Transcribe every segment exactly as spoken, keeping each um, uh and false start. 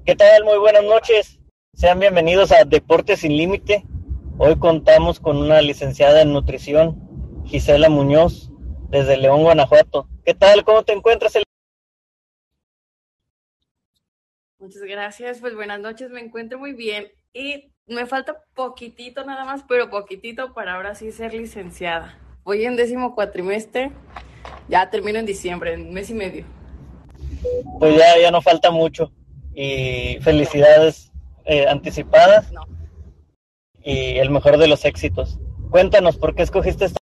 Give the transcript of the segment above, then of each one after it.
¿Qué tal? Muy buenas noches. Sean bienvenidos a Deportes sin Límite. Hoy contamos con una licenciada en nutrición, Gisela Muñoz, desde León, Guanajuato. ¿Qué tal? ¿Cómo te encuentras? El... Muchas gracias. Pues buenas noches, me encuentro muy bien. Y me falta poquitito nada más, pero poquitito para ahora sí ser licenciada. Voy en décimo cuatrimestre, ya termino en diciembre, en un mes y medio. Pues ya, ya no falta mucho. Y felicidades eh, anticipadas. No. Y el mejor de los éxitos. Cuéntanos, ¿por qué escogiste esta?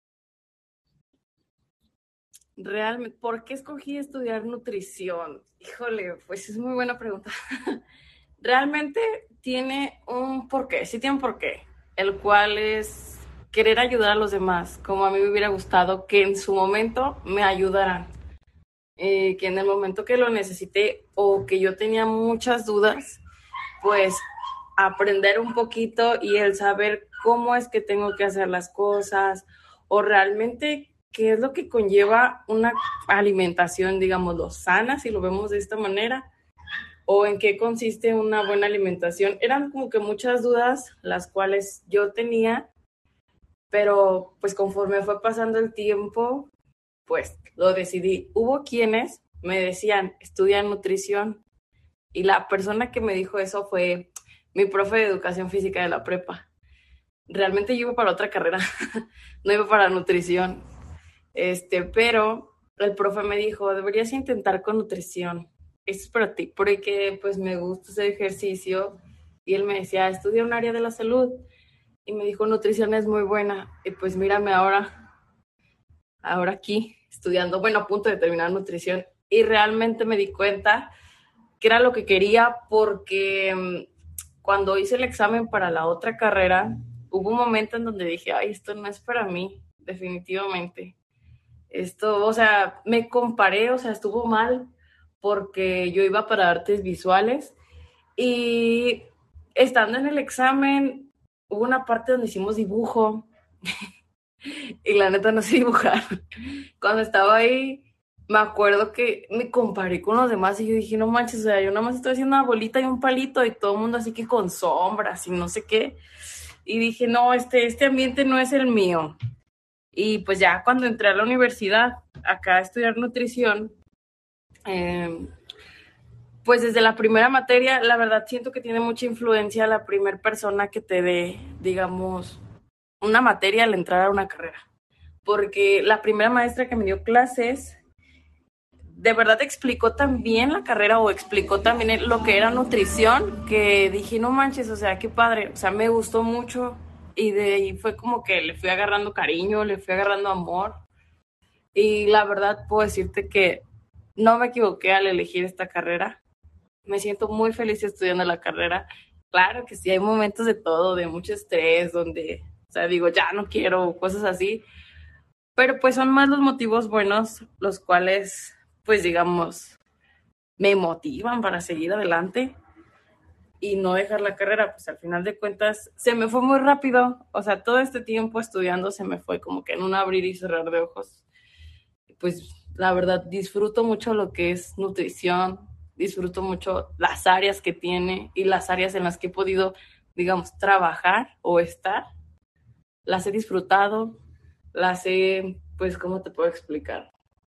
Realmente, ¿por qué escogí estudiar nutrición? Híjole, pues es muy buena pregunta. Realmente tiene un porqué, sí tiene un porqué, el cual es querer ayudar a los demás, como a mí me hubiera gustado que en su momento me ayudaran, eh, que en el momento que lo necesité o que yo tenía muchas dudas, pues aprender un poquito y el saber cómo es que tengo que hacer las cosas o realmente qué es lo que conlleva una alimentación, digámoslo, sana, si lo vemos de esta manera, o en qué consiste una buena alimentación. Eran como que muchas dudas las cuales yo tenía, pero pues conforme fue pasando el tiempo, pues lo decidí. Hubo quienes me decían, estudia nutrición, y la persona que me dijo eso fue mi profe de educación física de la prepa. Realmente yo iba para otra carrera, no iba para nutrición, este, pero el profe me dijo, deberías intentar con nutrición, esto es para ti, porque pues me gusta ese ejercicio, y él me decía, estudia un área de la salud, y me dijo, nutrición es muy buena, y pues mírame ahora, ahora aquí, estudiando, bueno, a punto de terminar nutrición, y realmente me di cuenta que era lo que quería, porque cuando hice el examen para la otra carrera, hubo un momento en donde dije, ay, esto no es para mí, definitivamente. Esto, o sea, me comparé, o sea, estuvo mal, porque yo iba para artes visuales, y estando en el examen, hubo una parte donde hicimos dibujo, y la neta no sé dibujar. Cuando estaba ahí, me acuerdo que me comparé con los demás y yo dije, no manches, o sea, yo nada más estoy haciendo una bolita y un palito y todo el mundo así que con sombras y no sé qué. Y dije, no, este, este ambiente no es el mío. Y pues ya cuando entré a la universidad, acá a estudiar nutrición, eh, pues desde la primera materia, la verdad siento que tiene mucha influencia la primera persona que te dé, digamos, una materia al entrar a una carrera. Porque la primera maestra que me dio clases de verdad explicó tan bien la carrera o explicó también lo que era nutrición, que dije, no manches, o sea, qué padre, o sea, me gustó mucho, y de ahí fue como que le fui agarrando cariño, le fui agarrando amor, y la verdad puedo decirte que no me equivoqué al elegir esta carrera. Me siento muy feliz estudiando la carrera. Claro que sí, hay momentos de todo, de mucho estrés, donde, o sea, digo, ya no quiero, cosas así, pero pues son más los motivos buenos, los cuales, pues digamos, me motivan para seguir adelante y no dejar la carrera. Pues al final de cuentas se me fue muy rápido, o sea, todo este tiempo estudiando se me fue como que en un abrir y cerrar de ojos. Pues la verdad disfruto mucho lo que es nutrición, disfruto mucho las áreas que tiene y las áreas en las que he podido, digamos, trabajar o estar. Las he disfrutado, las he, pues, ¿cómo te puedo explicar?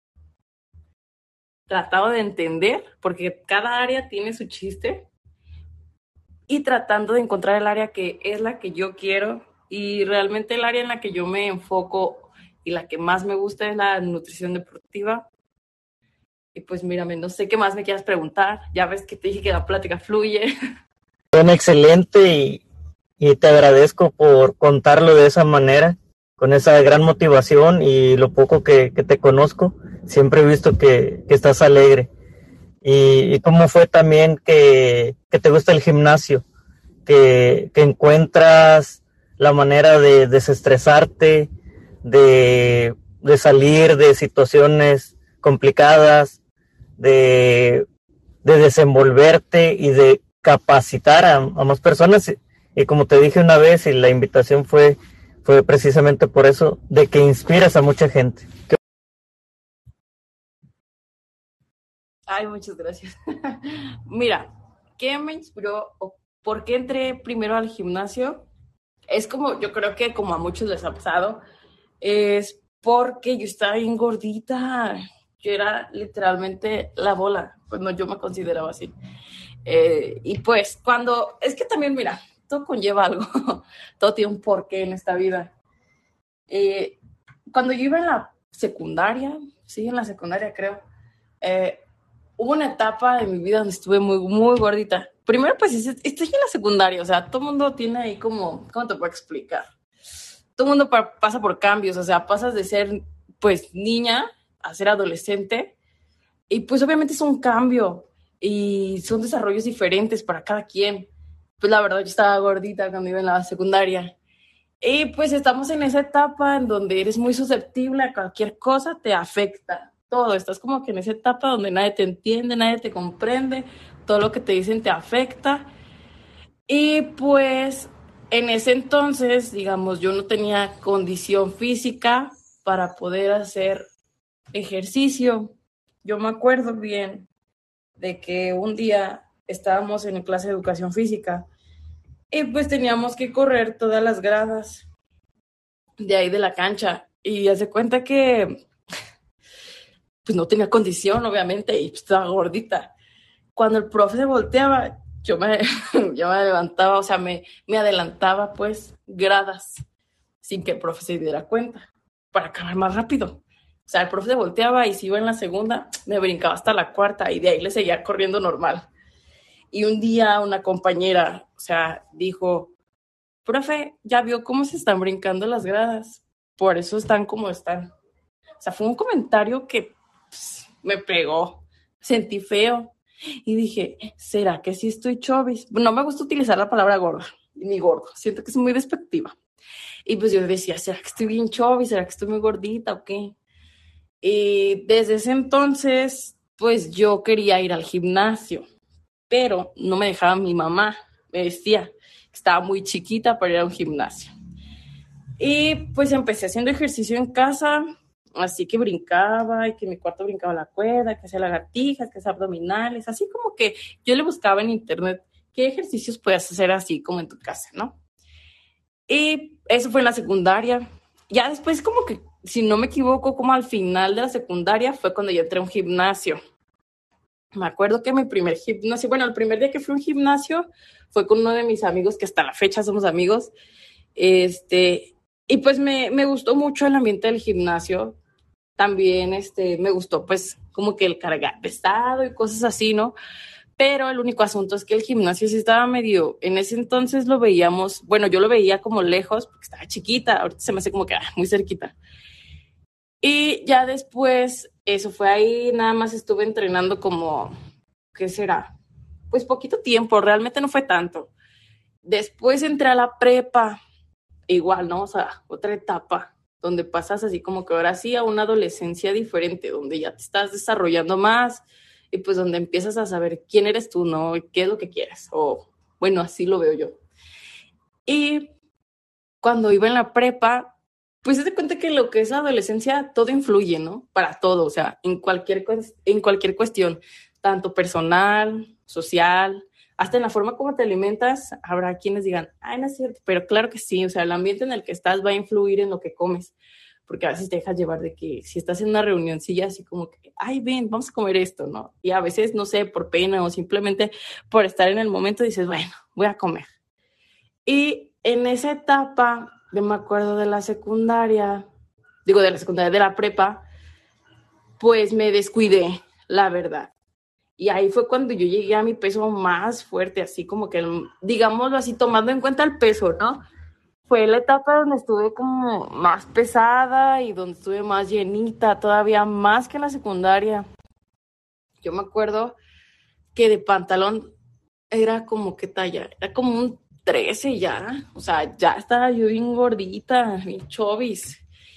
Tratado de entender, porque cada área tiene su chiste, y tratando de encontrar el área que es la que yo quiero, y realmente el área en la que yo me enfoco y la que más me gusta es la nutrición deportiva. Y pues mírame, no sé qué más me quieras preguntar, ya ves que te dije que la plática fluye. Suena excelente y, y te agradezco por contarlo de esa manera, con esa gran motivación, y lo poco que, que te conozco, siempre he visto que, que estás alegre. Y, y cómo fue también que, que te gusta el gimnasio, que, que encuentras la manera de desestresarte, de, de salir de situaciones complicadas, de, de desenvolverte y de capacitar a, a más personas. Y, y como te dije una vez, y la invitación fue, fue precisamente por eso, de que inspiras a mucha gente. Ay, muchas gracias. Mira, ¿qué me inspiró o por qué entré primero al gimnasio? Es como, yo creo que como a muchos les ha pasado, es porque yo estaba bien gordita. Yo era literalmente la bola, cuando yo me consideraba así. Eh, y pues cuando, es que también, mira, todo conlleva algo, todo tiene un porqué en esta vida. Eh, cuando yo iba en la secundaria, sí, en la secundaria creo, eh, hubo una etapa de mi vida donde estuve muy, muy gordita. Primero, pues, estoy en la secundaria, o sea, todo el mundo tiene ahí como, ¿cómo te puedo explicar? Todo el mundo pa- pasa por cambios, o sea, pasas de ser, pues, niña a ser adolescente, y pues obviamente es un cambio, y son desarrollos diferentes para cada quien. Pues la verdad, yo estaba gordita cuando iba en la secundaria, y pues estamos en esa etapa en donde eres muy susceptible a cualquier cosa, te afecta todo. Estás como que en esa etapa donde nadie te entiende, nadie te comprende, todo lo que te dicen te afecta. Y pues en ese entonces, digamos, yo no tenía condición física para poder hacer ejercicio. Yo me acuerdo bien de que un día estábamos en clase de educación física y pues teníamos que correr todas las gradas de ahí de la cancha, y hace cuenta que pues no tenía condición, obviamente, y estaba gordita. Cuando el profe se volteaba, yo me, yo me levantaba, o sea, me, me adelantaba pues gradas sin que el profe se diera cuenta para acabar más rápido. O sea, el profe se volteaba y si iba en la segunda, me brincaba hasta la cuarta y de ahí le seguía corriendo normal. Y un día una compañera, o sea, dijo, profe, ¿ya vio cómo se están brincando las gradas? Por eso están como están. O sea, fue un comentario que pss, me pegó, sentí feo y dije, ¿será que sí estoy chovis? No me gusta utilizar la palabra gorda, ni gordo, siento que es muy despectiva. Y pues yo decía, ¿será que estoy bien chovis? ¿Será que estoy muy gordita o qué? Y desde ese entonces, pues yo quería ir al gimnasio, pero no me dejaba mi mamá, me decía que estaba muy chiquita para ir a un gimnasio. Y pues empecé haciendo ejercicio en casa, así que brincaba, y que en mi cuarto brincaba la cuerda, que hacía lagartijas, que hacía abdominales, así como que yo le buscaba en internet qué ejercicios puedes hacer así como en tu casa, ¿no? Y eso fue en la secundaria. Ya después como que, si no me equivoco, como al final de la secundaria fue cuando yo entré a un gimnasio. Me acuerdo que mi primer gimnasio, bueno, el primer día que fui a un gimnasio fue con uno de mis amigos, que hasta la fecha somos amigos, este, y pues me, me gustó mucho el ambiente del gimnasio. También este, me gustó pues como que el cargar pesado y cosas así, ¿no? Pero el único asunto es que el gimnasio sí estaba medio, en ese entonces lo veíamos, bueno, yo lo veía como lejos porque estaba chiquita, ahorita se me hace como que ah, muy cerquita. Y ya después, eso fue ahí, nada más estuve entrenando como, ¿qué será? Pues poquito tiempo, realmente no fue tanto. Después entré a la prepa, igual, ¿no? O sea, otra etapa donde pasas así como que ahora sí a una adolescencia diferente, donde ya te estás desarrollando más y pues donde empiezas a saber quién eres tú, ¿no? ¿Qué es lo que quieres? O bueno, así lo veo yo. Y cuando iba en la prepa, pues se te cuenta que lo que es adolescencia, todo influye, ¿no? Para todo, o sea, en cualquier, en cualquier cuestión, tanto personal, social, hasta en la forma como te alimentas. Habrá quienes digan, ay, no es cierto, pero claro que sí, o sea, el ambiente en el que estás va a influir en lo que comes, porque a veces te dejas llevar de que si estás en una reunioncilla así como que, ay, ven, vamos a comer esto, ¿no? Y a veces, no sé, por pena o simplemente por estar en el momento dices, bueno, voy a comer. Y en esa etapa, yo me acuerdo de la secundaria, digo de la secundaria, de la prepa, pues me descuidé, la verdad. Y ahí fue cuando yo llegué a mi peso más fuerte, así como que, digámoslo así, tomando en cuenta el peso, ¿no? Fue la etapa donde estuve como más pesada y donde estuve más llenita, todavía más que en la secundaria. Yo me acuerdo que de pantalón era como que talla, era como un trece ya, o sea, ya estaba yo bien gordita, bien chovis.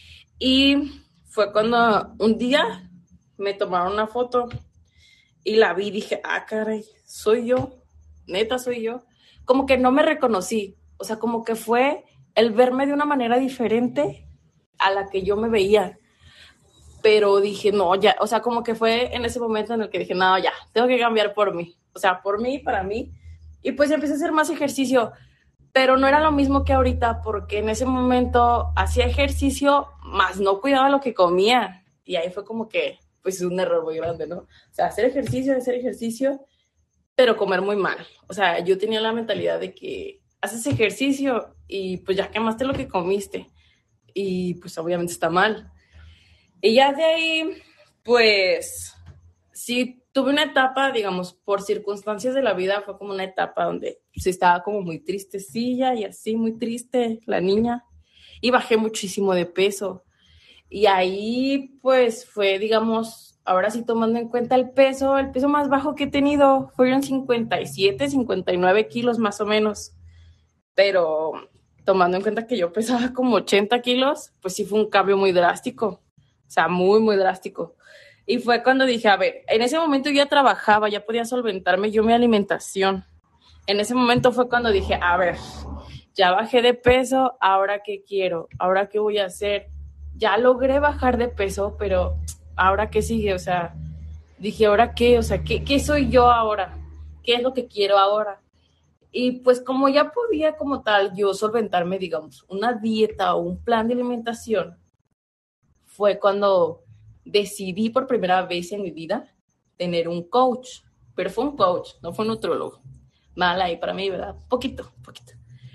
Y fue cuando un día me tomaron una foto y la vi y dije, ah, caray, soy yo, neta soy yo. Como que no me reconocí, o sea, como que fue el verme de una manera diferente a la que yo me veía. Pero dije, no, ya, o sea, como que fue en ese momento en el que dije, no, ya, tengo que cambiar por mí, o sea, por mí, para mí. Y pues empecé a hacer más ejercicio, pero no era lo mismo que ahorita, porque en ese momento hacía ejercicio, más no cuidaba lo que comía. Y ahí fue como que, pues, un error muy grande, ¿no? O sea, hacer ejercicio, hacer ejercicio, pero comer muy mal. O sea, yo tenía la mentalidad de que haces ejercicio y pues ya quemaste lo que comiste. Y pues obviamente está mal. Y ya de ahí, pues, sí tuve una etapa, digamos, por circunstancias de la vida, fue como una etapa donde sí estaba como muy tristecilla y así, muy triste la niña. Y bajé muchísimo de peso. Y ahí, pues, fue, digamos, ahora sí tomando en cuenta el peso, el peso más bajo que he tenido fueron cincuenta y siete, cincuenta y nueve kilos más o menos. Pero tomando en cuenta que yo pesaba como ochenta kilos, pues sí fue un cambio muy drástico. O sea, muy, muy drástico. Y fue cuando dije, a ver, en ese momento yo ya trabajaba, ya podía solventarme yo mi alimentación. En ese momento fue cuando dije, a ver, ya bajé de peso, ¿ahora qué quiero? ¿Ahora qué voy a hacer? Ya logré bajar de peso, pero ¿ahora qué sigue? O sea, dije, ¿ahora qué? O sea, ¿qué, qué soy yo ahora? ¿Qué es lo que quiero ahora? Y pues como ya podía como tal yo solventarme, digamos, una dieta o un plan de alimentación, fue cuando decidí por primera vez en mi vida tener un coach. Pero fue un coach, no fue un nutrólogo. Mal ahí para mí, ¿verdad? Poquito, poquito.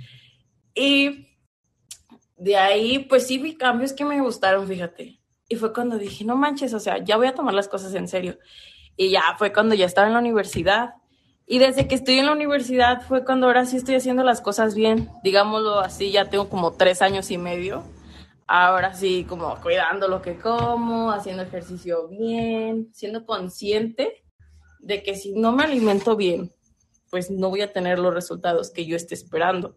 Y de ahí, pues sí vi cambios que me gustaron, fíjate. Y fue cuando dije, no manches, o sea, ya voy a tomar las cosas en serio. Y ya fue cuando ya estaba en la universidad. Y desde que estoy en la universidad fue cuando ahora sí estoy haciendo las cosas bien. Digámoslo así, ya tengo como tres años y medio. Ahora sí, como cuidando lo que como, haciendo ejercicio bien, siendo consciente de que si no me alimento bien, pues no voy a tener los resultados que yo esté esperando.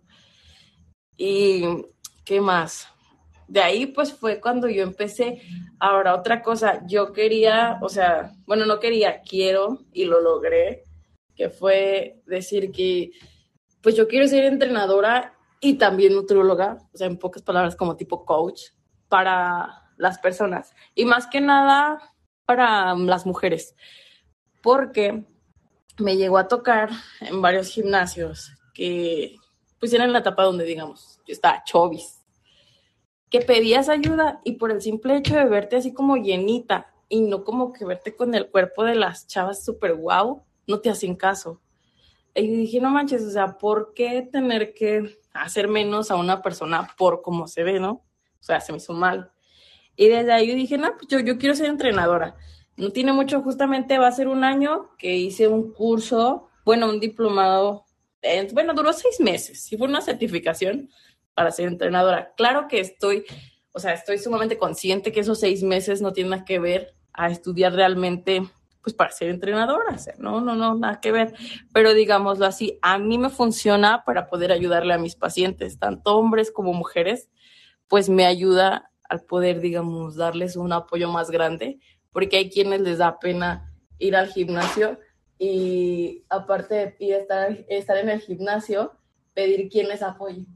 ¿Y qué más? De ahí pues fue cuando yo empecé. Ahora otra cosa, yo quería, o sea, bueno, no quería, quiero y lo logré, que fue decir que pues yo quiero ser entrenadora y también nutrióloga, o sea, en pocas palabras como tipo coach para las personas y más que nada para las mujeres, porque me llegó a tocar en varios gimnasios que pues era en la etapa donde, digamos, yo estaba chovis, que pedías ayuda y por el simple hecho de verte así como llenita y no como que verte con el cuerpo de las chavas súper guau, no te hacen caso. Y dije, no manches, o sea, ¿por qué tener que hacer menos a una persona por cómo se ve, no? O sea, se me hizo mal. Y desde ahí yo dije, no, pues yo, yo quiero ser entrenadora. No tiene mucho, justamente va a ser un año que hice un curso, bueno, un diplomado, eh, bueno, duró seis meses, y fue una certificación para ser entrenadora. Claro que estoy, o sea, estoy sumamente consciente que esos seis meses no tienen nada que ver a estudiar realmente, pues para ser entrenadora, o sea, no, no, no, nada que ver. Pero digámoslo así, a mí me funciona para poder ayudarle a mis pacientes, tanto hombres como mujeres, pues me ayuda al poder, digamos, darles un apoyo más grande, porque hay quienes les da pena ir al gimnasio y aparte de ir a estar, estar en el gimnasio, pedir quien les apoye.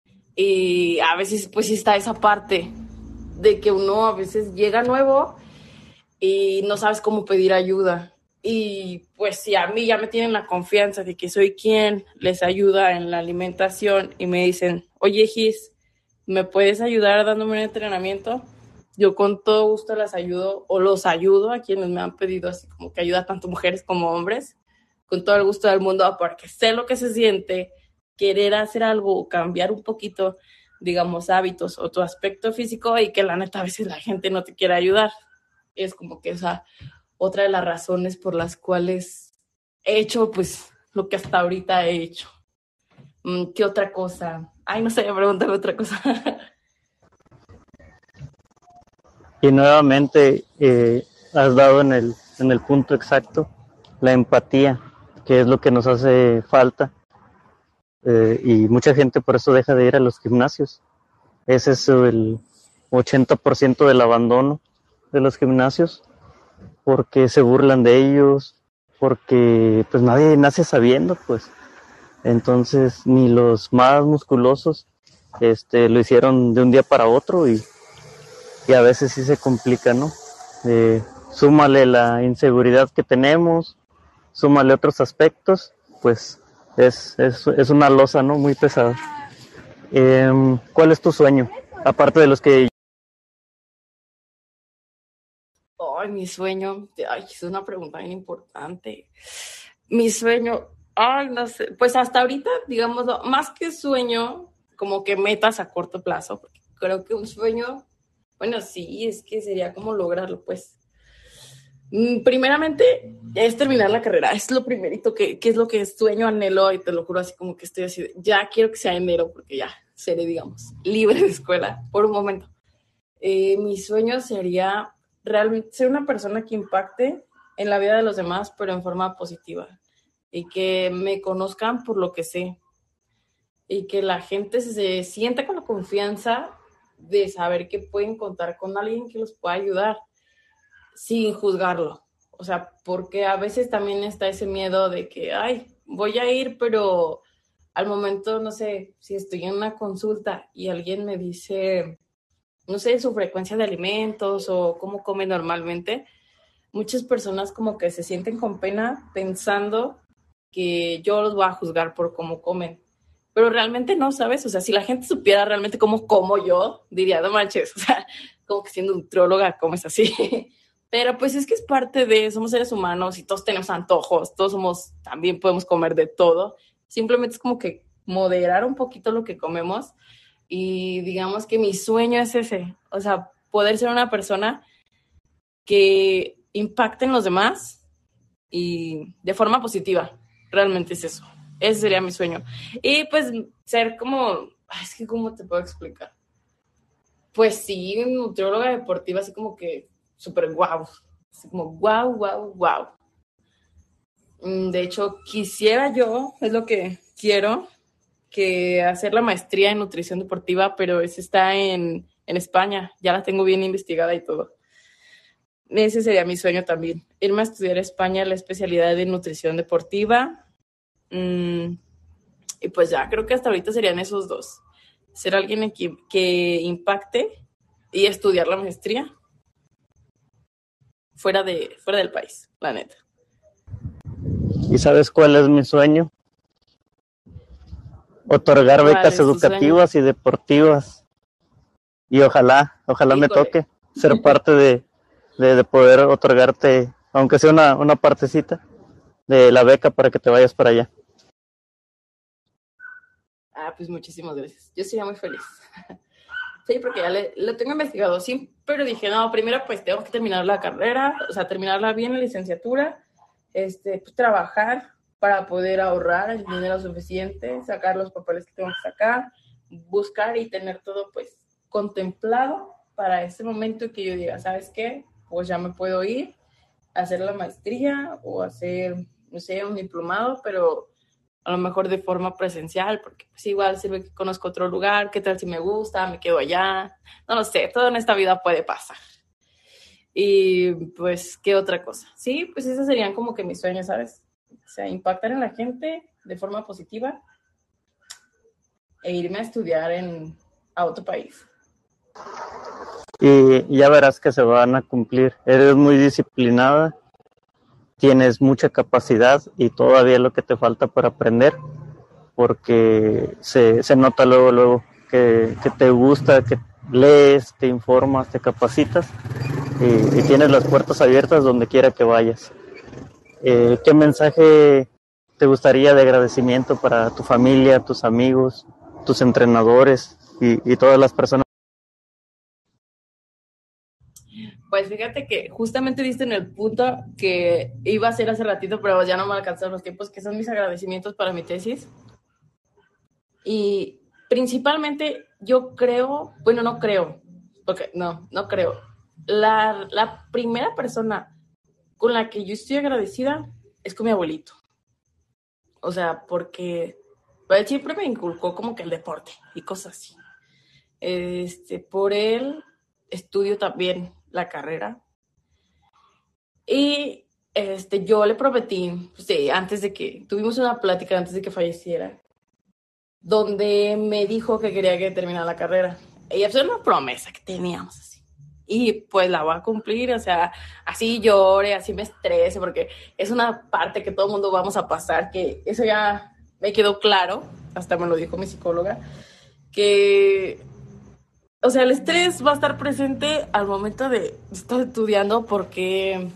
Y a veces pues sí está esa parte de que uno a veces llega nuevo y no sabes cómo pedir ayuda. Y pues si a mí ya me tienen la confianza de que soy quien les ayuda en la alimentación y me dicen, oye Gis, ¿me puedes ayudar dándome un entrenamiento? Yo con todo gusto las ayudo o los ayudo a quienes me han pedido así como que ayuda tanto mujeres como hombres, con todo el gusto del mundo, porque sé lo que se siente querer hacer algo, cambiar un poquito, digamos, hábitos o tu aspecto físico y que la neta a veces la gente no te quiere ayudar. Es como que esa otra de las razones por las cuales he hecho pues lo que hasta ahorita he hecho. ¿Qué otra cosa? Ay, no sé, pregúntame otra cosa. Y nuevamente eh, has dado en el, en el punto exacto la empatía, que es lo que nos hace falta. Eh, y mucha gente por eso deja de ir a los gimnasios. Ese es el ochenta por ciento del abandono de los gimnasios, porque se burlan de ellos, porque pues nadie nace sabiendo, pues. Entonces ni los más musculosos este, lo hicieron de un día para otro y, y a veces sí se complica, ¿no? Eh, súmale la inseguridad que tenemos, súmale otros aspectos, pues es, es, es una losa, ¿no? Muy pesada. Eh, ¿Cuál es tu sueño? Aparte de los que... Ay, mi sueño, ay, es una pregunta bien importante. Mi sueño, ay, no sé, pues hasta ahorita, digamos, más que sueño, como que metas a corto plazo, porque creo que un sueño, bueno, sí, es que sería como lograrlo, pues. Primeramente, es terminar la carrera, es lo primerito que, que es lo que sueño, anhelo, y te lo juro, así como que estoy así, de, ya quiero que sea enero, porque ya seré, digamos, libre de escuela por un momento. Eh, mi sueño sería realmente ser una persona que impacte en la vida de los demás, pero en forma positiva, y que me conozcan por lo que sé, y que la gente se sienta con la confianza de saber que pueden contar con alguien que los pueda ayudar sin juzgarlo. O sea, porque a veces también está ese miedo de que, ay, voy a ir, pero al momento, no sé, si estoy en una consulta y alguien me dice, no sé, su frecuencia de alimentos o cómo come normalmente, muchas personas como que se sienten con pena pensando que yo los voy a juzgar por cómo comen. Pero realmente no, ¿sabes? O sea, si la gente supiera realmente cómo como yo, diría, no manches, o sea, como que siendo nutrióloga comes así. Pero pues es que es parte de, somos seres humanos y todos tenemos antojos, todos somos, también podemos comer de todo. Simplemente es como que moderar un poquito lo que comemos y digamos que mi sueño es ese, o sea, poder ser una persona que impacte en los demás y de forma positiva, realmente es eso. Ese sería mi sueño. Y pues ser como, es que ¿cómo te puedo explicar? Pues sí, nutrióloga deportiva, así como que súper guau, así como guau, guau, guau. De hecho, quisiera yo, es lo que quiero, que hacer la maestría en nutrición deportiva, pero esa está en, en España, ya la tengo bien investigada y todo. Ese sería mi sueño también, irme a estudiar a España la especialidad de nutrición deportiva. Mm, y pues ya, creo que hasta ahorita serían esos dos. Ser alguien que, que impacte y estudiar la maestría fuera, de, fuera del país, la neta. ¿Y sabes cuál es mi sueño? Otorgar becas educativas y deportivas. Y ojalá, ojalá Híjole. me toque ser parte de, de, de poder otorgarte, aunque sea una, una partecita de la beca para que te vayas para allá. Ah, pues muchísimas gracias. Yo sería muy feliz. Sí, porque ya le, lo tengo investigado, sí, pero dije, no, primero pues tengo que terminar la carrera, o sea, terminarla bien, la licenciatura, este, pues trabajar para poder ahorrar el dinero suficiente, sacar los papeles que tengo que sacar, buscar y tener todo pues contemplado para ese momento que yo diga, ¿sabes qué? Pues ya me puedo ir a hacer la maestría o hacer, no sé, un diplomado, pero a lo mejor de forma presencial, porque pues igual sirve que conozco otro lugar, qué tal si me gusta, me quedo allá, no lo sé, todo en esta vida puede pasar. Y pues, ¿qué otra cosa? Sí, pues esos serían como que mis sueños, ¿sabes? O sea, impactar en la gente de forma positiva e irme a estudiar en, a otro país. Y ya verás que se van a cumplir. Eres muy disciplinada, tienes mucha capacidad y todavía es lo que te falta para aprender, porque se, se nota luego, luego que, que te gusta, que lees, te informas, te capacitas y, y tienes las puertas abiertas donde quiera que vayas. Eh, ¿Qué mensaje te gustaría de agradecimiento para tu familia, tus amigos, tus entrenadores y, y todas las personas? Pues fíjate que justamente diste en el punto que iba a hacer hace ratito, pero ya no me alcanzaron los tiempos, que son mis agradecimientos para mi tesis. Y principalmente yo creo, bueno, no creo, porque no, no creo. La, la primera persona con la que yo estoy agradecida es con mi abuelito. O sea, porque pues, él siempre me inculcó como que el deporte y cosas así. Este, por él estudio también la carrera. Y este, yo le prometí, sí, antes de que, tuvimos una plática antes de que falleciera, donde me dijo que quería que terminara la carrera. Y eso era una promesa que teníamos así. y pues la voy a cumplir, o sea, así llore, así me estrese, porque es una parte que todo el mundo vamos a pasar, que eso ya me quedó claro, hasta me lo dijo mi psicóloga, que, o sea, el estrés va a estar presente al momento de estar estudiando porque,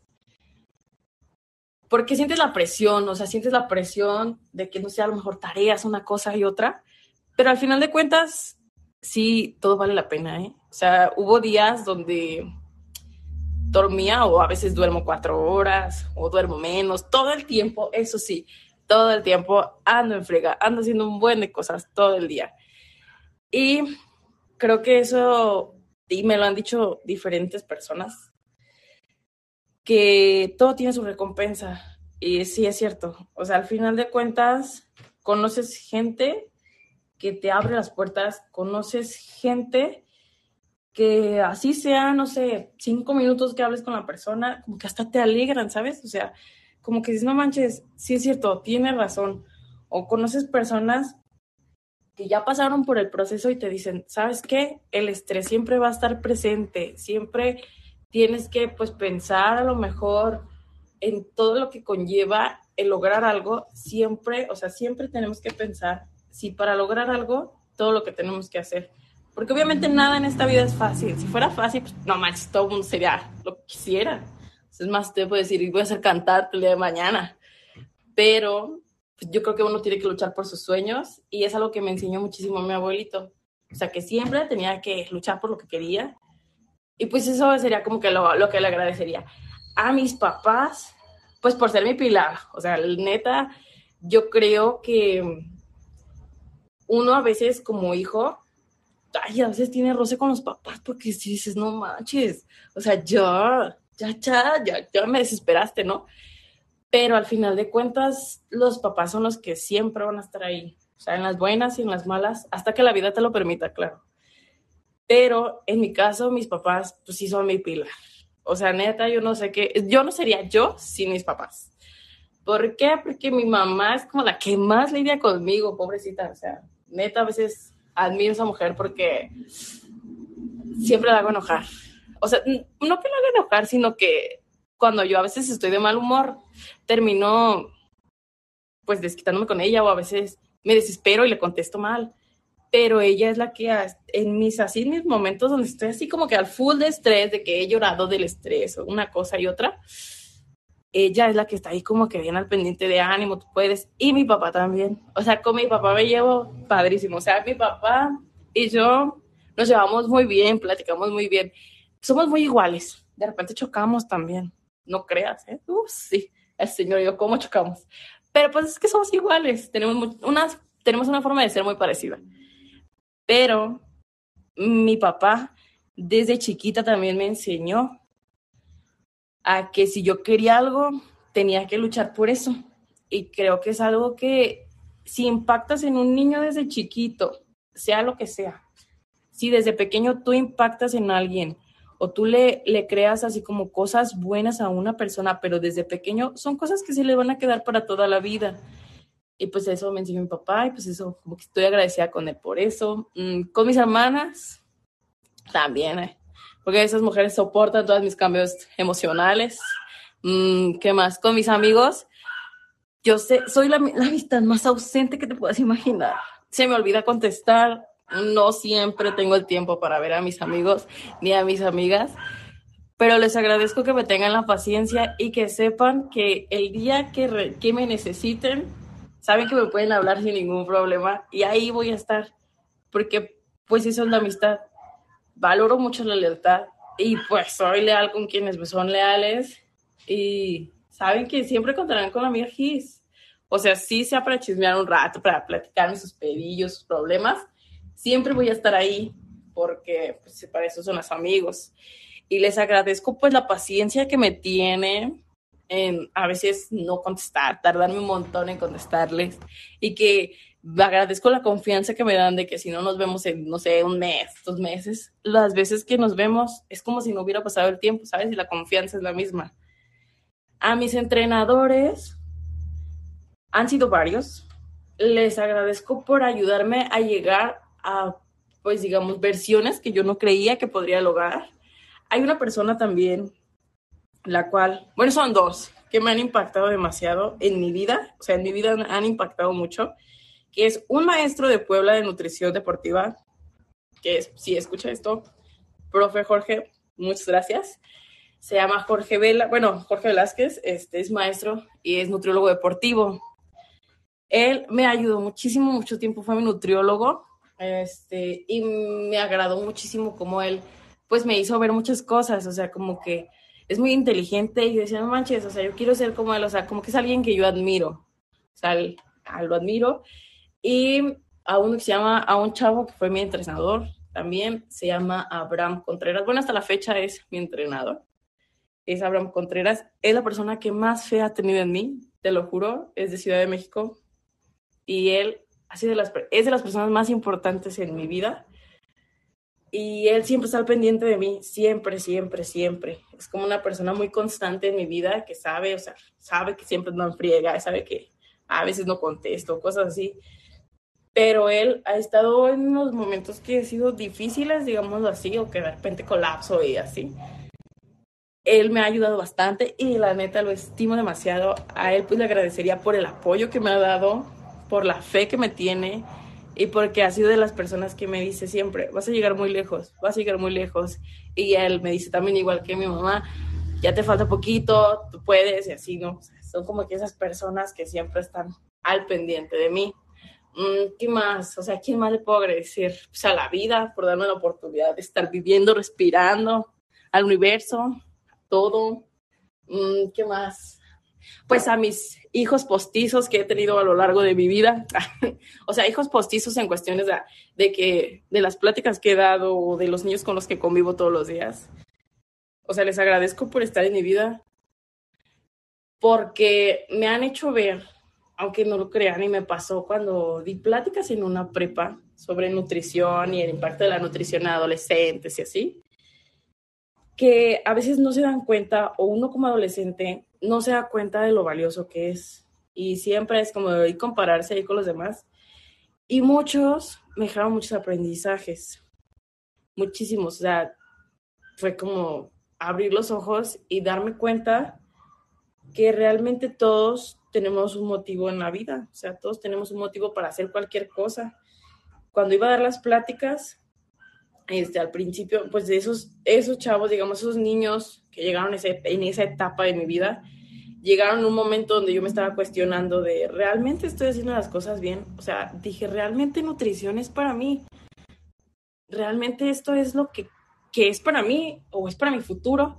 porque sientes la presión, o sea, sientes la presión de que no sea a lo mejor tareas, una cosa y otra, pero al final de cuentas, sí, todo vale la pena, ¿eh? O sea, hubo días donde dormía o a veces duermo cuatro horas o duermo menos, todo el tiempo, eso sí, todo el tiempo ando en frega, ando haciendo un buen de cosas todo el día. Y creo que eso, y me lo han dicho diferentes personas, que todo tiene su recompensa. Y sí es cierto, o sea, al final de cuentas, conoces gente que te abre las puertas, conoces gente que así sea, no sé, cinco minutos que hables con la persona, como que hasta te alegran, ¿sabes? O sea, como que dices, no manches, sí es cierto, tienes razón. O conoces personas que ya pasaron por el proceso y te dicen, ¿sabes qué? El estrés siempre va a estar presente, siempre tienes que, pues, pensar a lo mejor en todo lo que conlleva el lograr algo, siempre, o sea, siempre tenemos que pensar si para lograr algo, todo lo que tenemos que hacer. Porque obviamente nada en esta vida es fácil. Si fuera fácil, pues no manches, todo el mundo sería lo que quisiera. Es más, te puedo decir, voy a ser cantante el día de mañana. Pero pues, yo creo que uno tiene que luchar por sus sueños y es algo que me enseñó muchísimo mi abuelito. O sea, que siempre tenía que luchar por lo que quería. Y pues eso sería como que lo, lo que le agradecería. A mis papás, pues por ser mi pilar. O sea, neta, yo creo que uno a veces como hijo, ay, a veces tiene roce con los papás porque si dices, no manches, o sea, ya, ya, ya, ya, ya me desesperaste, ¿no? Pero al final de cuentas, los papás son los que siempre van a estar ahí, o sea, en las buenas y en las malas, hasta que la vida te lo permita, claro. Pero en mi caso, mis papás, pues sí son mi pilar. O sea, neta, yo no sé qué, yo no sería yo sin mis papás. ¿Por qué? Porque mi mamá es como la que más lidia conmigo, pobrecita, o sea, neta, a veces admiro a esa mujer porque siempre la hago enojar. O sea, no que la haga enojar, sino que cuando yo a veces estoy de mal humor, termino pues desquitándome con ella o a veces me desespero y le contesto mal. Pero ella es la que en mis así mis momentos donde estoy así como que al full de estrés, de que he llorado del estrés o una cosa y otra, ella es la que está ahí como que bien al pendiente de ánimo, tú puedes. Y mi papá también. O sea, con mi papá me llevo padrísimo. O sea, mi papá y yo nos llevamos muy bien, platicamos muy bien. Somos muy iguales. De repente chocamos también. No creas, ¿eh? Uh, sí, el señor y yo, ¿cómo chocamos? Pero pues es que somos iguales. Tenemos una, tenemos una forma de ser muy parecida. Pero mi papá desde chiquita también me enseñó a que si yo quería algo, tenía que luchar por eso. Y creo que es algo que si impactas en un niño desde chiquito, sea lo que sea, si desde pequeño tú impactas en alguien o tú le, le creas así como cosas buenas a una persona, pero desde pequeño son cosas que se le van a quedar para toda la vida. Y pues eso me enseñó mi papá y pues eso, como que estoy agradecida con él por eso. Mm, con mis hermanas, también, eh. Porque esas mujeres soportan todos mis cambios emocionales. Mm, ¿Qué más? Con mis amigos, yo sé, soy la, la amistad más ausente que te puedas imaginar. Se me olvida contestar. No siempre tengo el tiempo para ver a mis amigos ni a mis amigas, pero les agradezco que me tengan la paciencia y que sepan que el día que, re, que me necesiten, saben que me pueden hablar sin ningún problema y ahí voy a estar, porque pues eso es la amistad. Valoro mucho la lealtad y pues soy leal con quienes me son leales y saben que siempre contarán con la amiga Gis. O sea, sí sea para chismear un rato, para platicarme sus pedillos, sus problemas, siempre voy a estar ahí porque pues, para eso son los amigos. Y les agradezco pues la paciencia que me tienen en a veces no contestar, tardarme un montón en contestarles y que agradezco la confianza que me dan de que si no nos vemos en, no sé, un mes, dos meses, las veces que nos vemos es como si no hubiera pasado el tiempo, ¿sabes? Y la confianza es la misma. A mis entrenadores, han sido varios, les agradezco por ayudarme a llegar a, pues digamos, versiones que yo no creía que podría lograr. hay una persona también, la cual, bueno, son dos, que me han impactado demasiado en mi vida, o sea, en mi vida han impactado mucho, que es un maestro de Puebla de nutrición deportiva, que es, si escucha esto, profe Jorge, muchas gracias. Se llama Jorge Vela, bueno, Jorge Velázquez, este es maestro y es nutriólogo deportivo. Él me ayudó muchísimo, mucho tiempo fue mi nutriólogo, este, y me agradó muchísimo como él, pues me hizo ver muchas cosas, o sea, como que es muy inteligente y yo decía, no manches, o sea, yo quiero ser como él, o sea, como que es alguien que yo admiro, o sea, el, a, lo admiro. Y a uno que se llama, a un chavo que fue mi entrenador también, se llama Abraham Contreras, bueno, hasta la fecha es mi entrenador, es Abraham Contreras, es la persona que más fe ha tenido en mí, te lo juro, es de Ciudad de México, y él ha sido de las, es de las personas más importantes en mi vida, y él siempre está al pendiente de mí, siempre, siempre, siempre. Es como una persona muy constante en mi vida que sabe, o sea, sabe que siempre no friega, sabe que a veces no contesto, cosas así. Pero él ha estado en unos momentos que han sido difíciles, digámoslo así, o que de repente colapso y así. Él me ha ayudado bastante y la neta lo estimo demasiado. A él pues le agradecería por el apoyo que me ha dado, por la fe que me tiene y porque ha sido de las personas que me dice siempre, vas a llegar muy lejos, vas a llegar muy lejos. Y él me dice también, igual que mi mamá, ya te falta poquito, tú puedes, y así, ¿no? O sea, son como que esas personas que siempre están al pendiente de mí. ¿Qué más? O sea, ¿quién más le puedo agradecer? Pues a la vida por darme la oportunidad de estar viviendo, respirando, al universo, a todo. ¿Qué más? Pues a mis hijos postizos que he tenido a lo largo de mi vida. O sea, hijos postizos en cuestiones de, de que de las pláticas que he dado o de los niños con los que convivo todos los días. O sea, les agradezco por estar en mi vida porque me han hecho ver, aunque no lo crean, y me pasó cuando di pláticas en una prepa sobre nutrición y el impacto de la nutrición en adolescentes y así, que a veces no se dan cuenta, o uno como adolescente no se da cuenta de lo valioso que es, y siempre es como de compararse ahí con los demás, y muchos me dejaron muchos aprendizajes, muchísimos, o sea, fue como abrir los ojos y darme cuenta que realmente todos tenemos un motivo en la vida, o sea, todos tenemos un motivo para hacer cualquier cosa. Cuando iba a dar las pláticas, este, al principio, pues de esos, esos chavos, digamos, esos niños que llegaron ese, en esa etapa de mi vida, llegaron en un momento donde yo me estaba cuestionando de, ¿realmente estoy haciendo las cosas bien? O sea, dije, ¿realmente nutrición es para mí? ¿Realmente esto es lo que, que es para mí o es para mi futuro?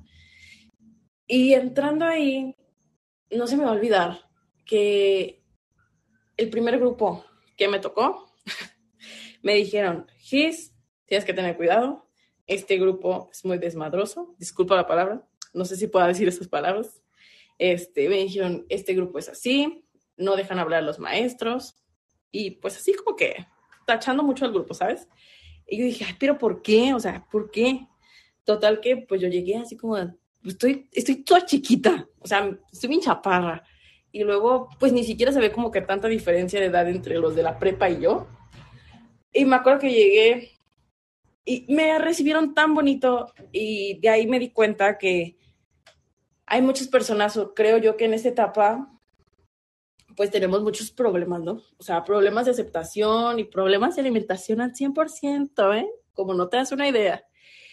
Y entrando ahí, no se me va a olvidar que el primer grupo que me tocó, me dijeron, Gis, tienes que tener cuidado, este grupo es muy desmadroso, disculpa la palabra, no sé si puedo decir esas palabras, este, me dijeron, este grupo es así, no dejan hablar a los maestros, y pues así como que tachando mucho al grupo, ¿sabes? Y yo dije, ay, pero ¿por qué? O sea, ¿por qué? Total que pues yo llegué así como, estoy, estoy toda chiquita, o sea, estoy bien chaparra, y luego pues ni siquiera se ve como que tanta diferencia de edad entre los de la prepa y yo. Y me acuerdo que llegué y me recibieron tan bonito y de ahí me di cuenta que hay muchas personas, o creo yo que en esta etapa, pues tenemos muchos problemas, ¿no? O sea, problemas de aceptación y problemas de alimentación al cien por ciento, ¿eh? Como no te das una idea.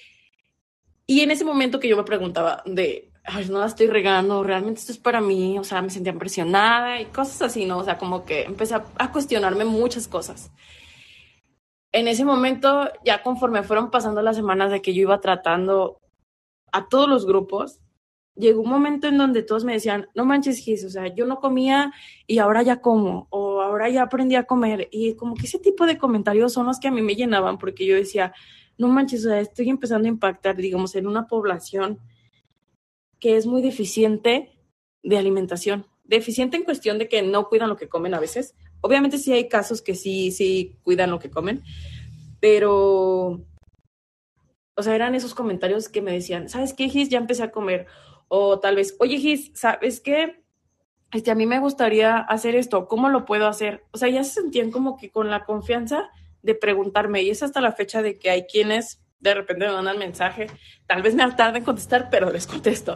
Y en ese momento que yo me preguntaba de, ay, no la estoy regando, realmente esto es para mí, o sea, me sentía presionada y cosas así, ¿no? O sea, como que empecé a, a cuestionarme muchas cosas. En ese momento, ya conforme fueron pasando las semanas de que yo iba tratando a todos los grupos, llegó un momento en donde todos me decían, no manches, Gis, o sea, yo no comía y ahora ya como, o ahora ya aprendí a comer. Y como que ese tipo de comentarios son los que a mí me llenaban, porque yo decía, no manches, o sea, estoy empezando a impactar, digamos, en una población que es muy deficiente de alimentación, deficiente en cuestión de que no cuidan lo que comen a veces. Obviamente sí hay casos que sí, sí cuidan lo que comen, pero, o sea, eran esos comentarios que me decían, ¿sabes qué, Gis? Ya empecé a comer. O tal vez, oye, Gis, ¿sabes qué? Este, a mí me gustaría hacer esto, ¿cómo lo puedo hacer? O sea, ya se sentían como que con la confianza de preguntarme, y es hasta la fecha de que hay quienes de repente me mandan mensaje, tal vez me tarde en contestar, pero les contesto.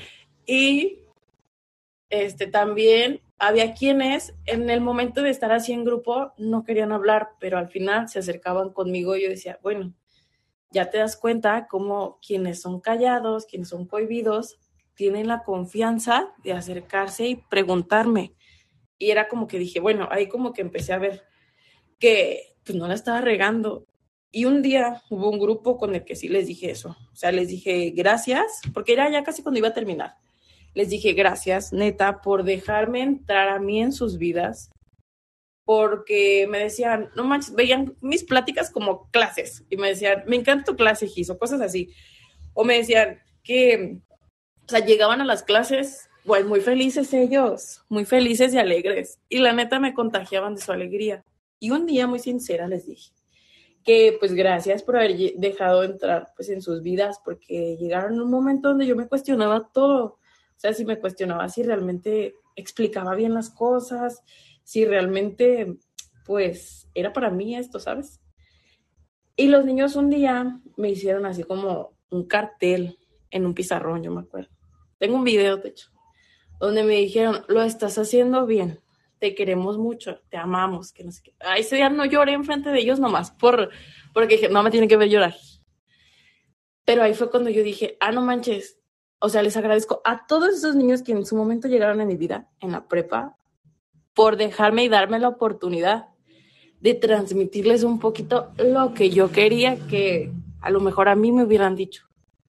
Y este, también había quienes en el momento de estar así en grupo no querían hablar, pero al final se acercaban conmigo y yo decía, bueno, ya te das cuenta cómo quienes son callados, quienes son cohibidos, tienen la confianza de acercarse y preguntarme. Y era como que dije, bueno, ahí como que empecé a ver que pues no la estaba regando. Y un día hubo un grupo con el que sí les dije eso. O sea, les dije gracias, porque era ya casi cuando iba a terminar. Les dije gracias, neta, por dejarme entrar a mí en sus vidas, porque me decían, no manches, veían mis pláticas como clases, y me decían, me encanta tu clase, Gis, o cosas así. O me decían que, o sea, llegaban a las clases, pues muy felices ellos, muy felices y alegres, y la neta me contagiaban de su alegría. Y un día, muy sincera, les dije que, pues, gracias por haber dejado entrar, pues, en sus vidas, porque llegaron un momento donde yo me cuestionaba todo. O sea, si me cuestionaba si realmente explicaba bien las cosas, si realmente, pues, era para mí esto, ¿sabes? Y los niños un día me hicieron así como un cartel en un pizarrón, yo me acuerdo. Tengo un video, de hecho, donde me dijeron, lo estás haciendo bien, te queremos mucho, te amamos, que no sé qué. Ay, ese día no lloré enfrente de ellos nomás, por, porque dije, no me tienen que ver llorar. Pero ahí fue cuando yo dije, ah, no manches. O sea, les agradezco a todos esos niños que en su momento llegaron a mi vida, en la prepa, por dejarme y darme la oportunidad de transmitirles un poquito lo que yo quería que a lo mejor a mí me hubieran dicho.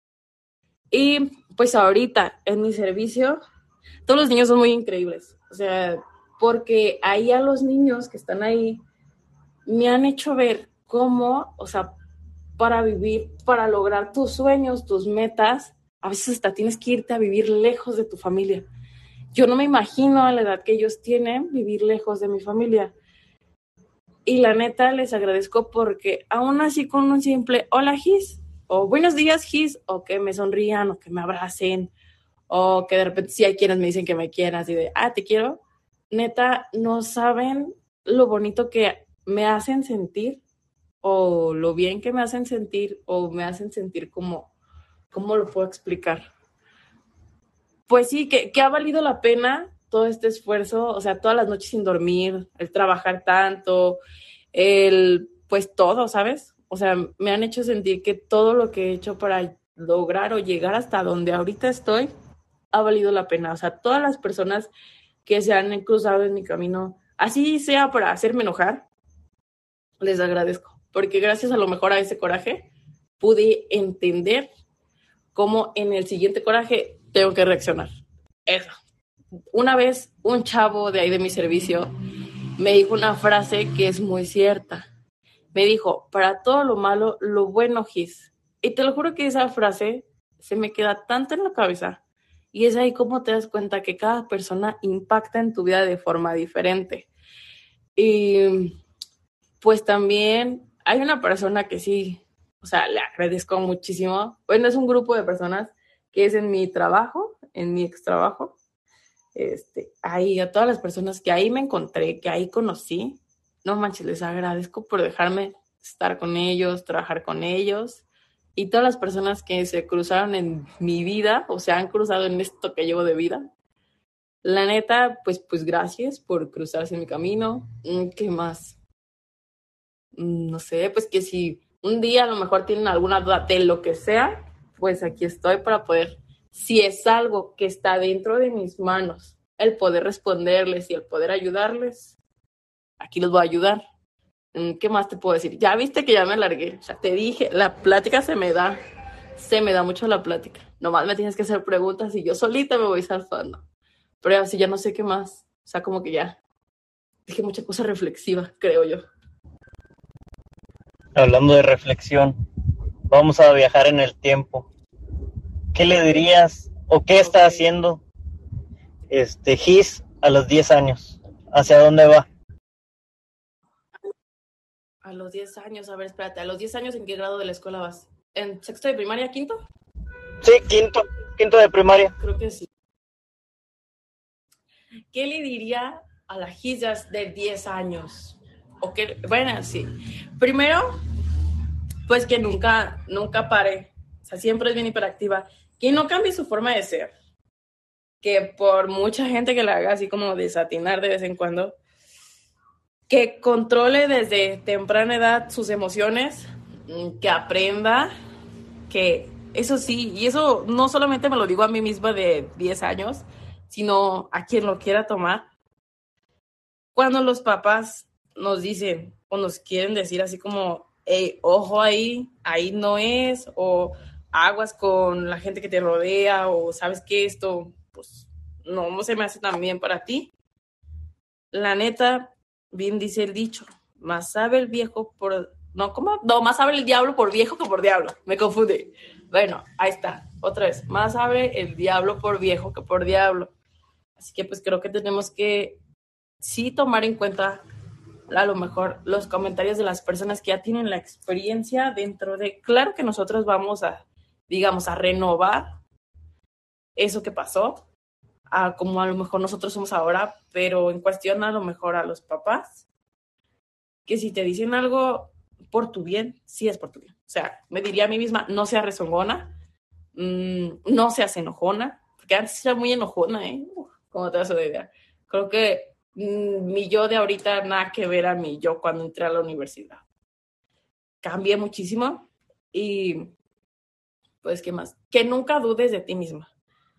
Y pues ahorita, en mi servicio, todos los niños son muy increíbles. O sea, porque ahí a los niños que están ahí me han hecho ver cómo, o sea, para vivir, para lograr tus sueños, tus metas, a veces hasta tienes que irte a vivir lejos de tu familia. Yo no me imagino a la edad que ellos tienen vivir lejos de mi familia. Y la neta les agradezco porque aún así con un simple hola Gis, o buenos días Gis, o que me sonrían, o que me abracen, o que de repente sí hay quienes me dicen que me quieren, así de, ah, te quiero. Neta, no saben lo bonito que me hacen sentir, o lo bien que me hacen sentir, o me hacen sentir como, ¿cómo lo puedo explicar? Pues sí, que, que ha valido la pena todo este esfuerzo, o sea, todas las noches sin dormir, el trabajar tanto, el, pues todo, ¿sabes? O sea, me han hecho sentir que todo lo que he hecho para lograr o llegar hasta donde ahorita estoy ha valido la pena. O sea, todas las personas que se han cruzado en mi camino, así sea para hacerme enojar, les agradezco, porque gracias a lo mejor a ese coraje pude entender cómo en el siguiente coraje tengo que reaccionar. Eso. Una vez un chavo de ahí de mi servicio me dijo una frase que es muy cierta. Me dijo, para todo lo malo, lo bueno, Gis. Y te lo juro que esa frase se me queda tanto en la cabeza. Y es ahí como te das cuenta que cada persona impacta en tu vida de forma diferente. Y pues también hay una persona que sí, o sea, le agradezco muchísimo. Bueno, es un grupo de personas que es en mi trabajo, en mi ex trabajo. Este, ahí, a todas las personas que ahí me encontré, que ahí conocí, no manches, les agradezco por dejarme estar con ellos, trabajar con ellos, y todas las personas que se cruzaron en mi vida, o se han cruzado en esto que llevo de vida. La neta, pues, pues gracias por cruzarse en mi camino. ¿Qué más? No sé, pues que si un día a lo mejor tienen alguna duda de lo que sea, pues aquí estoy para poder, si es algo que está dentro de mis manos, el poder responderles y el poder ayudarles, aquí los voy a ayudar. ¿Qué más te puedo decir? Ya viste que ya me alargué, o sea, te dije, la plática se me da, se me da mucho la plática. Nomás me tienes que hacer preguntas y yo solita me voy zafando. Pero así ya no sé qué más, o sea, como que ya dije mucha cosa reflexiva, creo yo. Hablando de reflexión, vamos a viajar en el tiempo. ¿Qué le dirías o qué está okay. haciendo este Gis a los diez años? ¿Hacia dónde va? A los diez años, a ver, espérate, ¿a los diez años en qué grado de la escuela vas? ¿En sexto de primaria, quinto? Sí, quinto, quinto de primaria. Creo que sí. ¿Qué le diría a la Gis de diez años? O qué, bueno, sí. Primero, pues que nunca, nunca pare, o sea, siempre es bien hiperactiva, que no cambie su forma de ser, que por mucha gente que la haga así como desatinar de vez en cuando, que controle desde temprana edad sus emociones, que aprenda, que eso sí, y eso no solamente me lo digo a mí misma de diez años, sino a quien lo quiera tomar. Cuando los papás nos dicen o nos quieren decir así como, hey, ojo ahí, ahí no es, o aguas con la gente que te rodea, o sabes que esto, pues, no, no se me hace tan bien para ti. La neta, bien dice el dicho, más sabe el viejo por... No, ¿cómo? No, más sabe el diablo por viejo que por diablo. Me confunde. Bueno, ahí está. Otra vez. Más sabe el diablo por viejo que por diablo. Así que pues creo que tenemos que sí tomar en cuenta a lo mejor los comentarios de las personas que ya tienen la experiencia dentro de... Claro que nosotros vamos a, digamos, a renovar eso que pasó, a como a lo mejor nosotros somos ahora, pero en cuestión a lo mejor a los papás, que si te dicen algo por tu bien, sí es por tu bien. O sea, me diría a mí misma, no seas rezongona, mmm, no seas enojona, porque antes era muy enojona, ¿eh? Uf, ¿cómo te vas a idea? Creo que mmm, mi yo de ahorita nada que ver a mi yo cuando entré a la universidad. Cambié muchísimo y pues, ¿qué más? Que nunca dudes de ti misma,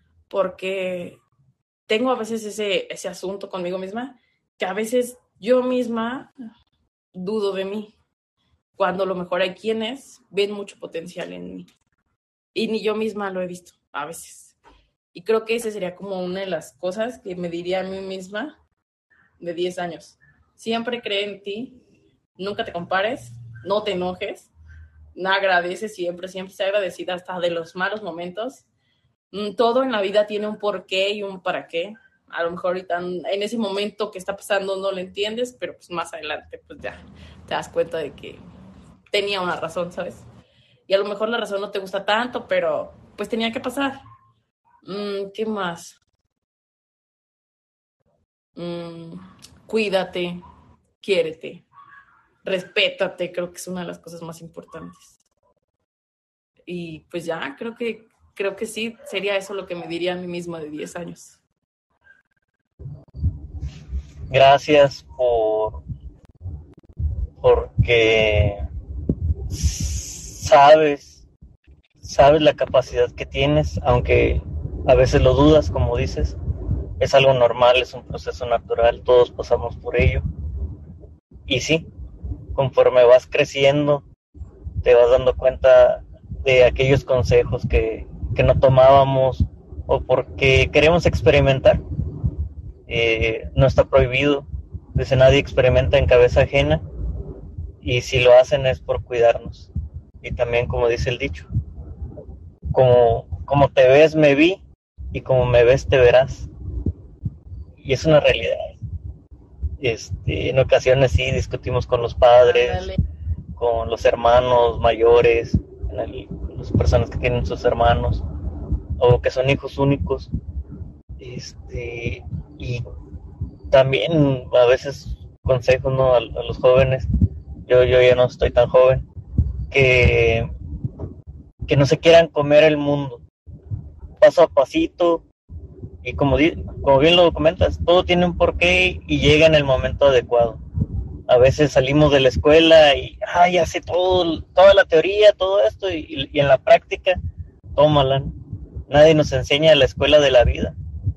porque tengo a veces ese, ese asunto conmigo misma, que a veces yo misma dudo de mí, cuando a lo mejor hay quienes ven mucho potencial en mí. Y ni yo misma lo he visto, a veces. Y creo que esa sería como una de las cosas que me diría a mí misma de diez años. Siempre cree en ti, nunca te compares, no te enojes, no agradeces siempre, siempre sea agradecida hasta de los malos momentos. Todo en la vida tiene un porqué y un para qué. A lo mejor ahorita en ese momento que está pasando no lo entiendes, pero pues más adelante pues ya te das cuenta de que tenía una razón, ¿sabes? Y a lo mejor la razón no te gusta tanto, pero pues tenía que pasar. Mm, ¿Qué más? Mm, cuídate, quiérete, respétate, creo que es una de las cosas más importantes. Y pues ya, creo que creo que sí, sería eso lo que me diría a mí misma de diez años. Gracias por porque sabes sabes la capacidad que tienes, aunque a veces lo dudas, como dices. Es algo normal, es un proceso natural, todos pasamos por ello. Y sí, conforme vas creciendo, te vas dando cuenta de aquellos consejos que, que no tomábamos o porque queremos experimentar. Eh, no está prohibido, dice nadie experimenta en cabeza ajena, y si lo hacen es por cuidarnos. Y también, como dice el dicho, como, como te ves me vi, y como me ves te verás. Y es una realidad. Este, en ocasiones sí discutimos con los padres, Andale. con los hermanos mayores, el, las personas que tienen sus hermanos o que son hijos únicos, este, y también a veces consejos, ¿no? a, a los jóvenes. Yo, yo ya no estoy tan joven, que, que no se quieran comer el mundo paso a pasito. Y como, como bien lo comentas, todo tiene un porqué y llega en el momento adecuado. A veces salimos de la escuela y ah, ya sé todo, toda la teoría, todo esto, y, y en la práctica, tómala. Nadie nos enseña la escuela de la vida.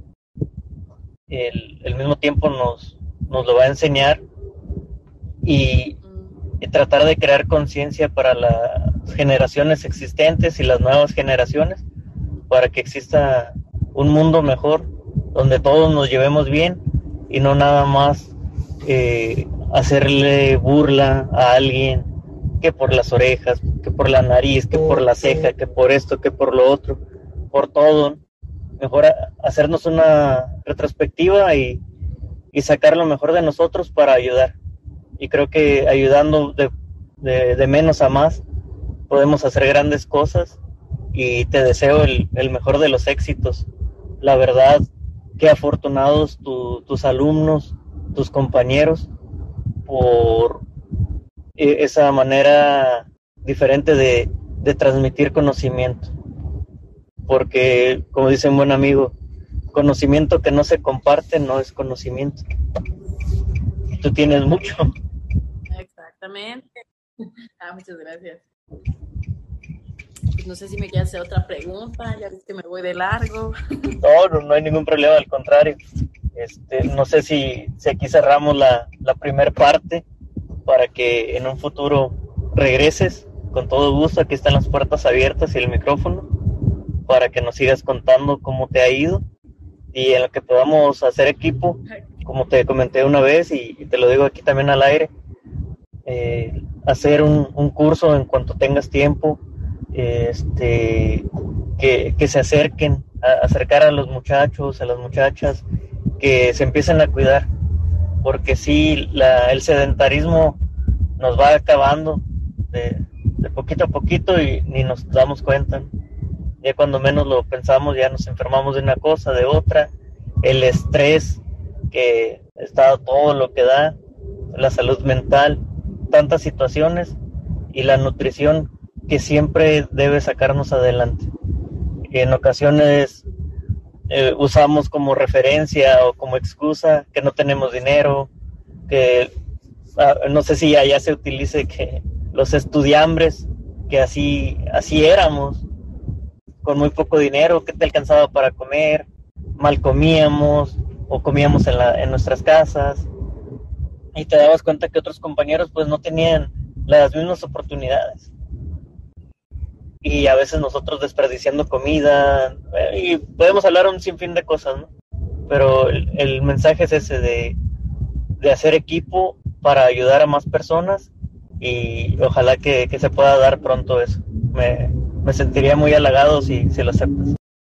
El, el mismo tiempo nos, nos lo va a enseñar, y, y tratar de crear conciencia para las generaciones existentes y las nuevas generaciones, para que exista un mundo mejor, donde todos nos llevemos bien y no nada más eh, hacerle burla a alguien, que por las orejas, que por la nariz, que por la ceja, que por esto, que por lo otro, por todo. Mejor a, hacernos una retrospectiva y, y sacar lo mejor de nosotros para ayudar. Y creo que ayudando de, de, de menos a más podemos hacer grandes cosas, y te deseo el, el mejor de los éxitos. La verdad, qué afortunados tu, tus alumnos, tus compañeros, por esa manera diferente de, de transmitir conocimiento. Porque, como dice un buen amigo, conocimiento que no se comparte no es conocimiento. Y tú tienes mucho. Exactamente. Ah, muchas gracias. Pues no sé si me quieres hacer otra pregunta, ya ves que me voy de largo. No, no, no hay ningún problema, al contrario. Este, no sé si, si aquí cerramos la, la primera parte para que en un futuro regreses. Con todo gusto, aquí están las puertas abiertas y el micrófono para que nos sigas contando cómo te ha ido y en lo que podamos hacer equipo, como te comenté una vez y, y te lo digo aquí también al aire, eh, hacer un, un curso en cuanto tengas tiempo, este, que, que se acerquen, a, acercar a los muchachos, a las muchachas, que se empiecen a cuidar, porque sí, la, el sedentarismo nos va acabando de, de poquito a poquito y ni nos damos cuenta. Ya cuando menos lo pensamos ya nos enfermamos de una cosa, de otra, el estrés que está todo lo que da, la salud mental, tantas situaciones y la nutrición que siempre debe sacarnos adelante. Y en ocasiones eh, usamos como referencia o como excusa que no tenemos dinero, que ah, no sé si allá se utilice que los estudiambres, que así, así éramos, con muy poco dinero, que te alcanzaba para comer, mal comíamos o comíamos en, la, en nuestras casas y te dabas cuenta que otros compañeros pues no tenían las mismas oportunidades y a veces nosotros desperdiciando comida eh, y podemos hablar un sinfín de cosas, ¿no? Pero el, el mensaje es ese de, de hacer equipo para ayudar a más personas y ojalá que, que se pueda dar pronto eso. Me, me sentiría muy halagado si, si lo aceptas.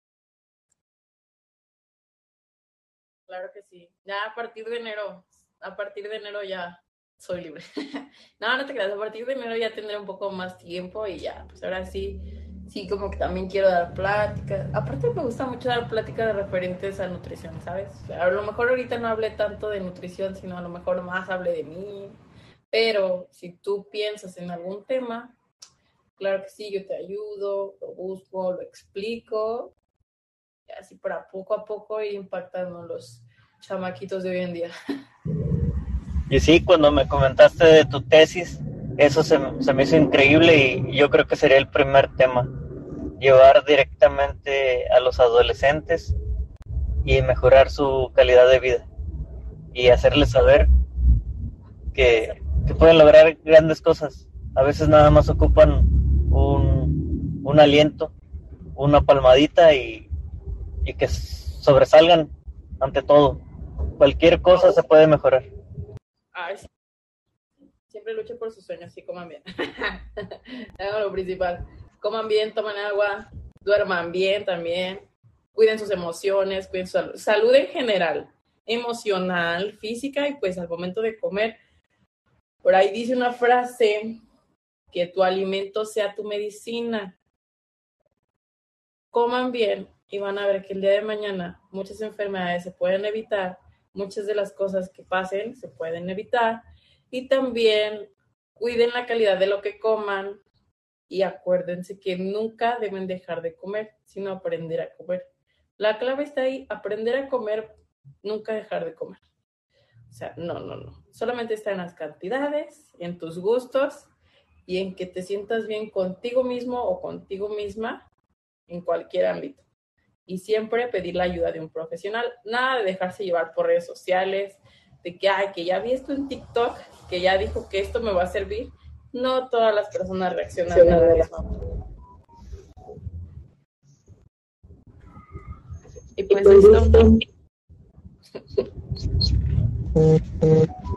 Claro que sí. Ya a partir de enero, a partir de enero ya soy libre. No, no te creas, a partir de enero ya tendré un poco más tiempo y ya, pues ahora sí, sí como que también quiero dar pláticas. Aparte me gusta mucho dar pláticas de referentes a nutrición, ¿sabes? A lo mejor ahorita no hablé tanto de nutrición, sino a lo mejor más hablé de mí. Pero si tú piensas en algún tema, claro que sí, yo te ayudo, lo busco, lo explico, y así para poco a poco ir impactando los chamaquitos de hoy en día. Y sí, cuando me comentaste de tu tesis, eso se, se me hizo increíble y yo creo que sería el primer tema, llevar directamente a los adolescentes y mejorar su calidad de vida y hacerles saber que, que pueden lograr grandes cosas. A veces nada más ocupan un, un aliento, una palmadita y, y que sobresalgan ante todo. Cualquier cosa se puede mejorar. Ay, sí. Siempre luchen por sus sueños y coman bien. Es lo principal. Coman bien, tomen agua, duerman bien también, cuiden sus emociones, cuiden su salud, salud en general, emocional, física y pues al momento de comer. Por ahí dice una frase, que tu alimento sea tu medicina. Coman bien y van a ver que el día de mañana muchas enfermedades se pueden evitar, muchas de las cosas que pasen se pueden evitar y también cuiden la calidad de lo que coman y acuérdense que nunca deben dejar de comer, sino aprender a comer. La clave está ahí, aprender a comer, nunca dejar de comer. O sea, no, no, no. Solamente está en las cantidades, en tus gustos y en que te sientas bien contigo mismo o contigo misma en cualquier ámbito. Y siempre pedir la ayuda de un profesional. Nada de dejarse llevar por redes sociales, de que, ay, que ya vi esto en TikTok, que ya dijo que esto me va a servir. No todas las personas reaccionan de la misma manera. Y pues esto...